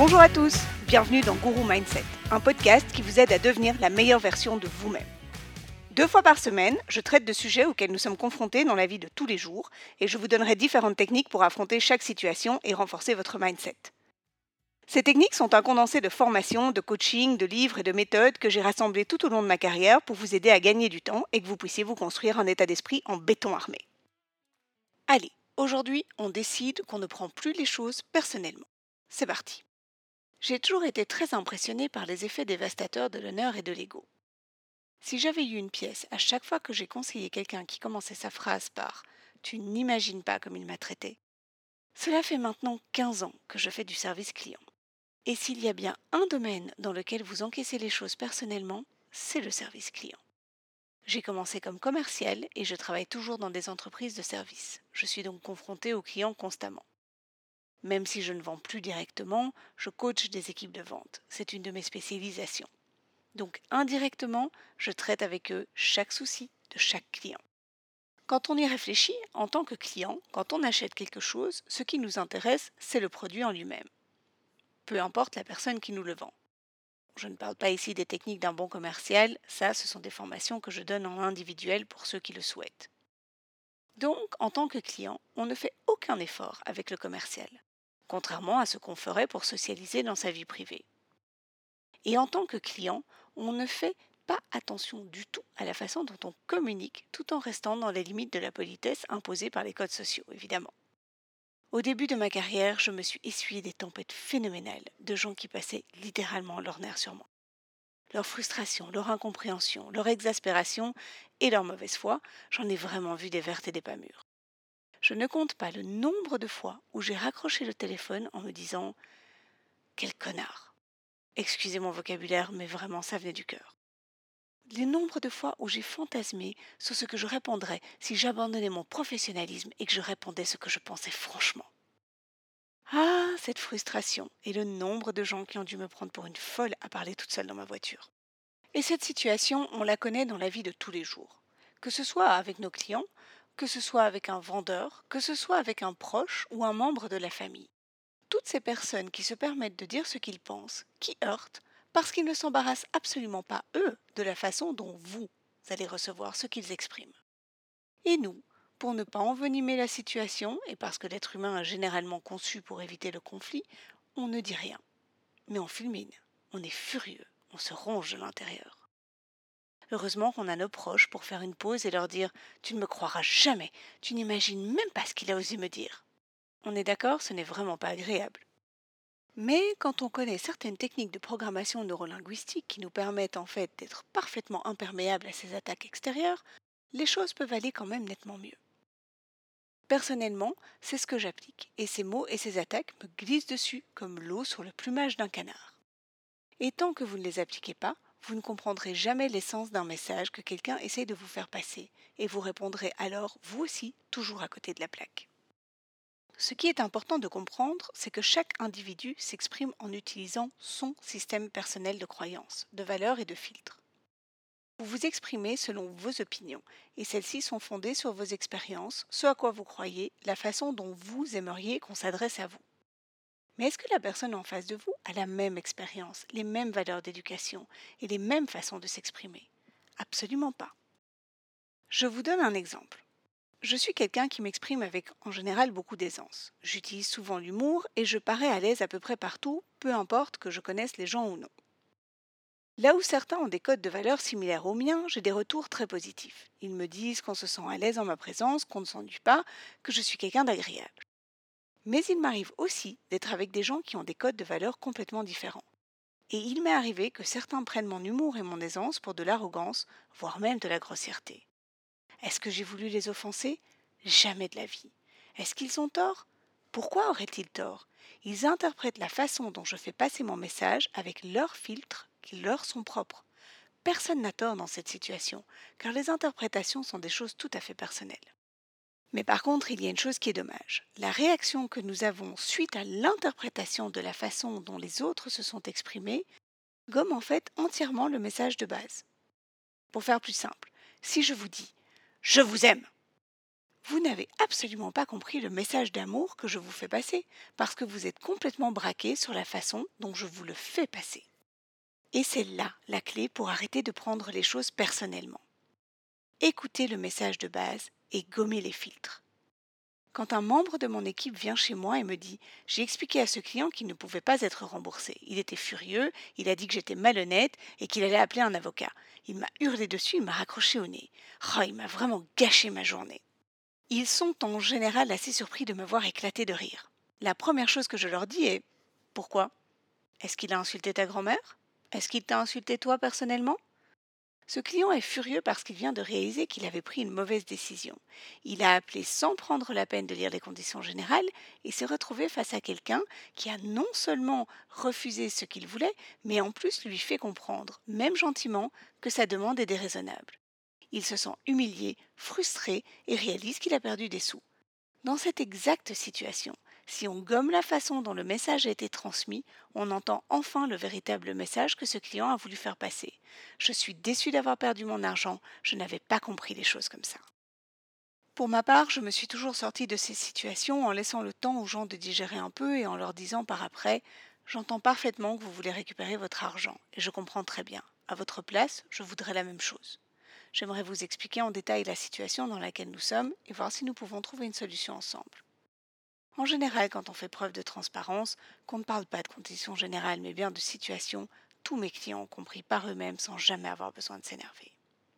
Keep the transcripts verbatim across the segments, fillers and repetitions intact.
Bonjour à tous, bienvenue dans Guru Mindset, un podcast qui vous aide à devenir la meilleure version de vous-même. Deux fois par semaine, je traite de sujets auxquels nous sommes confrontés dans la vie de tous les jours et je vous donnerai différentes techniques pour affronter chaque situation et renforcer votre mindset. Ces techniques sont un condensé de formations, de coaching, de livres et de méthodes que j'ai rassemblées tout au long de ma carrière pour vous aider à gagner du temps et que vous puissiez vous construire un état d'esprit en béton armé. Allez, aujourd'hui, on décide qu'on ne prend plus les choses personnellement. C'est parti. J'ai toujours été très impressionnée par les effets dévastateurs de l'honneur et de l'ego. Si j'avais eu une pièce à chaque fois que j'ai conseillé quelqu'un qui commençait sa phrase par « Tu n'imagines pas comme il m'a traité », cela fait maintenant quinze ans que je fais du service client. Et s'il y a bien un domaine dans lequel vous encaissez les choses personnellement, c'est le service client. J'ai commencé comme commercial et je travaille toujours dans des entreprises de service. Je suis donc confrontée aux clients constamment. Même si je ne vends plus directement, je coach des équipes de vente. C'est une de mes spécialisations. Donc indirectement, je traite avec eux chaque souci de chaque client. Quand on y réfléchit, en tant que client, quand on achète quelque chose, ce qui nous intéresse, c'est le produit en lui-même. Peu importe la personne qui nous le vend. Je ne parle pas ici des techniques d'un bon commercial, ça ce sont des formations que je donne en individuel pour ceux qui le souhaitent. Donc, en tant que client, on ne fait aucun effort avec le commercial, contrairement à ce qu'on ferait pour socialiser dans sa vie privée. Et en tant que client, on ne fait pas attention du tout à la façon dont on communique tout en restant dans les limites de la politesse imposées par les codes sociaux, évidemment. Au début de ma carrière, je me suis essuyé des tempêtes phénoménales de gens qui passaient littéralement leur nerf sur moi. Leur frustration, leur incompréhension, leur exaspération et leur mauvaise foi, j'en ai vraiment vu des vertes et des pas mûres. Je ne compte pas le nombre de fois où j'ai raccroché le téléphone en me disant « Quel connard !» Excusez mon vocabulaire, mais vraiment ça venait du cœur. Le nombre de fois où j'ai fantasmé sur ce que je répondrais si j'abandonnais mon professionnalisme et que je répondais ce que je pensais franchement. Ah, cette frustration et le nombre de gens qui ont dû me prendre pour une folle à parler toute seule dans ma voiture. Et cette situation, on la connaît dans la vie de tous les jours. Que ce soit avec nos clients, que ce soit avec un vendeur, que ce soit avec un proche ou un membre de la famille. Toutes ces personnes qui se permettent de dire ce qu'ils pensent, qui heurtent, parce qu'ils ne s'embarrassent absolument pas, eux, de la façon dont vous allez recevoir ce qu'ils expriment. Et nous, pour ne pas envenimer la situation, et parce que l'être humain est généralement conçu pour éviter le conflit, on ne dit rien. Mais on fulmine, on est furieux, on se ronge de l'intérieur. Heureusement qu'on a nos proches pour faire une pause et leur dire « Tu ne me croiras jamais, tu n'imagines même pas ce qu'il a osé me dire ». On est d'accord, ce n'est vraiment pas agréable. Mais quand on connaît certaines techniques de programmation neurolinguistique qui nous permettent en fait d'être parfaitement imperméables à ces attaques extérieures, les choses peuvent aller quand même nettement mieux. Personnellement, c'est ce que j'applique, et ces mots et ces attaques me glissent dessus comme l'eau sur le plumage d'un canard. Et tant que vous ne les appliquez pas, vous ne comprendrez jamais l'essence d'un message que quelqu'un essaye de vous faire passer, et vous répondrez alors, vous aussi, toujours à côté de la plaque. Ce qui est important de comprendre, c'est que chaque individu s'exprime en utilisant son système personnel de croyances, de valeurs et de filtres. Vous vous exprimez selon vos opinions, et celles-ci sont fondées sur vos expériences, ce à quoi vous croyez, la façon dont vous aimeriez qu'on s'adresse à vous. Mais est-ce que la personne en face de vous a la même expérience, les mêmes valeurs d'éducation et les mêmes façons de s'exprimer? Absolument pas. Je vous donne un exemple. Je suis quelqu'un qui m'exprime avec en général beaucoup d'aisance. J'utilise souvent l'humour et je parais à l'aise à peu près partout, peu importe que je connaisse les gens ou non. Là où certains ont des codes de valeurs similaires aux miens, j'ai des retours très positifs. Ils me disent qu'on se sent à l'aise en ma présence, qu'on ne s'ennuie pas, que je suis quelqu'un d'agréable. Mais il m'arrive aussi d'être avec des gens qui ont des codes de valeurs complètement différents. Et il m'est arrivé que certains prennent mon humour et mon aisance pour de l'arrogance, voire même de la grossièreté. Est-ce que j'ai voulu les offenser? Jamais de la vie. Est-ce qu'ils ont tort? Pourquoi auraient-ils tort? Ils interprètent la façon dont je fais passer mon message avec leurs filtres qui leur sont propres. Personne n'a tort dans cette situation, car les interprétations sont des choses tout à fait personnelles. Mais par contre, il y a une chose qui est dommage. La réaction que nous avons suite à l'interprétation de la façon dont les autres se sont exprimés gomme en fait entièrement le message de base. Pour faire plus simple, si je vous dis « je vous aime », Vous n'avez absolument pas compris le message d'amour que je vous fais passer, parce que vous êtes complètement braqué sur la façon dont je vous le fais passer. Et c'est là la clé pour arrêter de prendre les choses personnellement. Écoutez le message de base et gommez les filtres. Quand un membre de mon équipe vient chez moi et me dit « J'ai expliqué à ce client qu'il ne pouvait pas être remboursé. Il était furieux, il a dit que j'étais malhonnête et qu'il allait appeler un avocat. Il m'a hurlé dessus, il m'a raccroché au nez. Oh, il m'a vraiment gâché ma journée. » Ils sont en général assez surpris de me voir éclater de rire. La première chose que je leur dis est « Pourquoi ? Est-ce qu'il a insulté ta grand-mère ? Est-ce qu'il t'a insulté toi personnellement ?» Ce client est furieux parce qu'il vient de réaliser qu'il avait pris une mauvaise décision. Il a appelé sans prendre la peine de lire les conditions générales et s'est retrouvé face à quelqu'un qui a non seulement refusé ce qu'il voulait, mais en plus lui fait comprendre, même gentiment, que sa demande est déraisonnable. Il se sent humilié, frustré et réalise qu'il a perdu des sous. Dans cette exacte situation, si on gomme la façon dont le message a été transmis, on entend enfin le véritable message que ce client a voulu faire passer. Je suis déçu d'avoir perdu mon argent, je n'avais pas compris les choses comme ça. Pour ma part, je me suis toujours sortie de ces situations en laissant le temps aux gens de digérer un peu et en leur disant par après « J'entends parfaitement que vous voulez récupérer votre argent et je comprends très bien. À votre place, je voudrais la même chose. J'aimerais vous expliquer en détail la situation dans laquelle nous sommes et voir si nous pouvons trouver une solution ensemble. » En général, quand on fait preuve de transparence, qu'on ne parle pas de conditions générales mais bien de situations, tous mes clients ont compris par eux-mêmes sans jamais avoir besoin de s'énerver.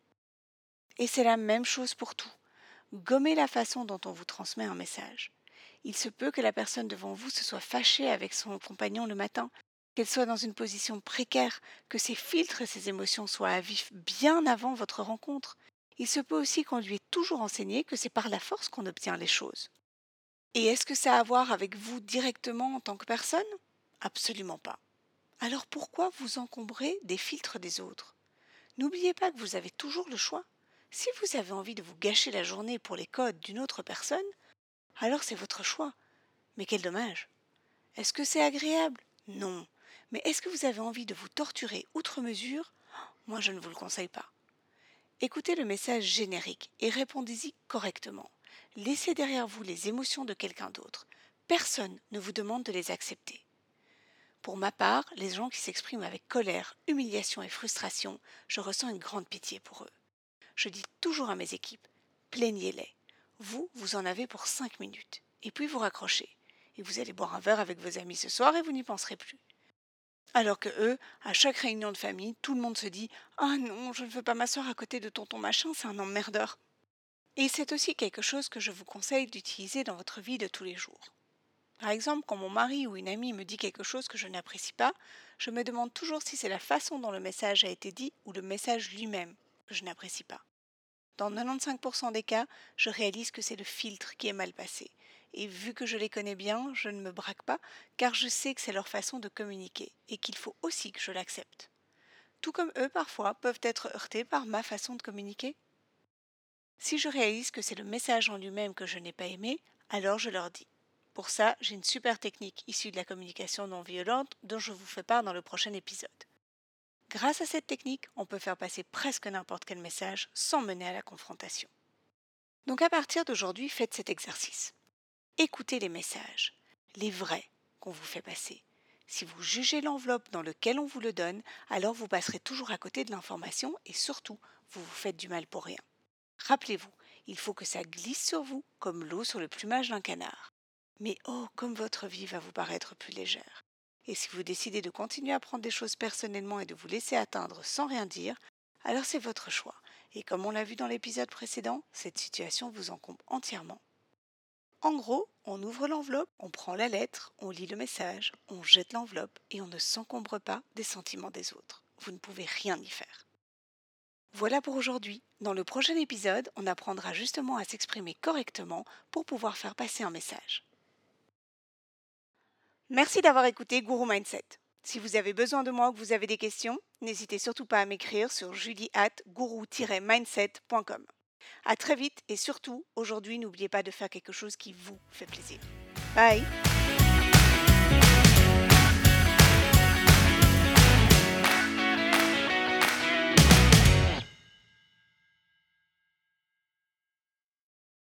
Et c'est la même chose pour tout. Gommez la façon dont on vous transmet un message. Il se peut que la personne devant vous se soit fâchée avec son compagnon le matin, qu'elle soit dans une position précaire, que ses filtres et ses émotions soient à vif bien avant votre rencontre. Il se peut aussi qu'on lui ait toujours enseigné que c'est par la force qu'on obtient les choses. Et est-ce que ça a à voir avec vous directement en tant que personne ? Absolument pas. Alors pourquoi vous encombrer des filtres des autres ? N'oubliez pas que vous avez toujours le choix. Si vous avez envie de vous gâcher la journée pour les codes d'une autre personne, alors c'est votre choix. Mais quel dommage. Est-ce que c'est agréable ? Non. Mais est-ce que vous avez envie de vous torturer outre mesure ? Moi, je ne vous le conseille pas. Écoutez le message générique et répondez-y correctement. Laissez derrière vous les émotions de quelqu'un d'autre. Personne ne vous demande de les accepter. Pour ma part, les gens qui s'expriment avec colère, humiliation et frustration, je ressens une grande pitié pour eux. Je dis toujours à mes équipes, plaignez-les. Vous, vous en avez pour cinq minutes. Et puis vous raccrochez. Et vous allez boire un verre avec vos amis ce soir et vous n'y penserez plus. Alors que eux, à chaque réunion de famille, tout le monde se dit « Ah non, je ne veux pas m'asseoir à côté de tonton machin, c'est un emmerdeur. » Et c'est aussi quelque chose que je vous conseille d'utiliser dans votre vie de tous les jours. Par exemple, quand mon mari ou une amie me dit quelque chose que je n'apprécie pas, je me demande toujours si c'est la façon dont le message a été dit ou le message lui-même que je n'apprécie pas. Dans quatre-vingt-quinze pour cent des cas, je réalise que c'est le filtre qui est mal passé. Et vu que je les connais bien, je ne me braque pas, car je sais que c'est leur façon de communiquer, et qu'il faut aussi que je l'accepte. Tout comme eux, parfois, peuvent être heurtés par ma façon de communiquer. Si je réalise que c'est le message en lui-même que je n'ai pas aimé, alors je leur dis. Pour ça, j'ai une super technique issue de la communication non violente dont je vous fais part dans le prochain épisode. Grâce à cette technique, on peut faire passer presque n'importe quel message sans mener à la confrontation. Donc à partir d'aujourd'hui, faites cet exercice. Écoutez les messages, les vrais qu'on vous fait passer. Si vous jugez l'enveloppe dans laquelle on vous le donne, alors vous passerez toujours à côté de l'information et surtout, vous vous faites du mal pour rien. Rappelez-vous, il faut que ça glisse sur vous comme l'eau sur le plumage d'un canard. Mais oh, comme votre vie va vous paraître plus légère. Et si vous décidez de continuer à prendre des choses personnellement et de vous laisser atteindre sans rien dire, alors c'est votre choix. Et comme on l'a vu dans l'épisode précédent, cette situation vous encombre entièrement. En gros, on ouvre l'enveloppe, on prend la lettre, on lit le message, on jette l'enveloppe et on ne s'encombre pas des sentiments des autres. Vous ne pouvez rien y faire. Voilà pour aujourd'hui. Dans le prochain épisode, on apprendra justement à s'exprimer correctement pour pouvoir faire passer un message. Merci d'avoir écouté Guru Mindset. Si vous avez besoin de moi ou que vous avez des questions, n'hésitez surtout pas à m'écrire sur julie arobase guru tiret mindset point com. À très vite et surtout, aujourd'hui, n'oubliez pas de faire quelque chose qui vous fait plaisir. Bye!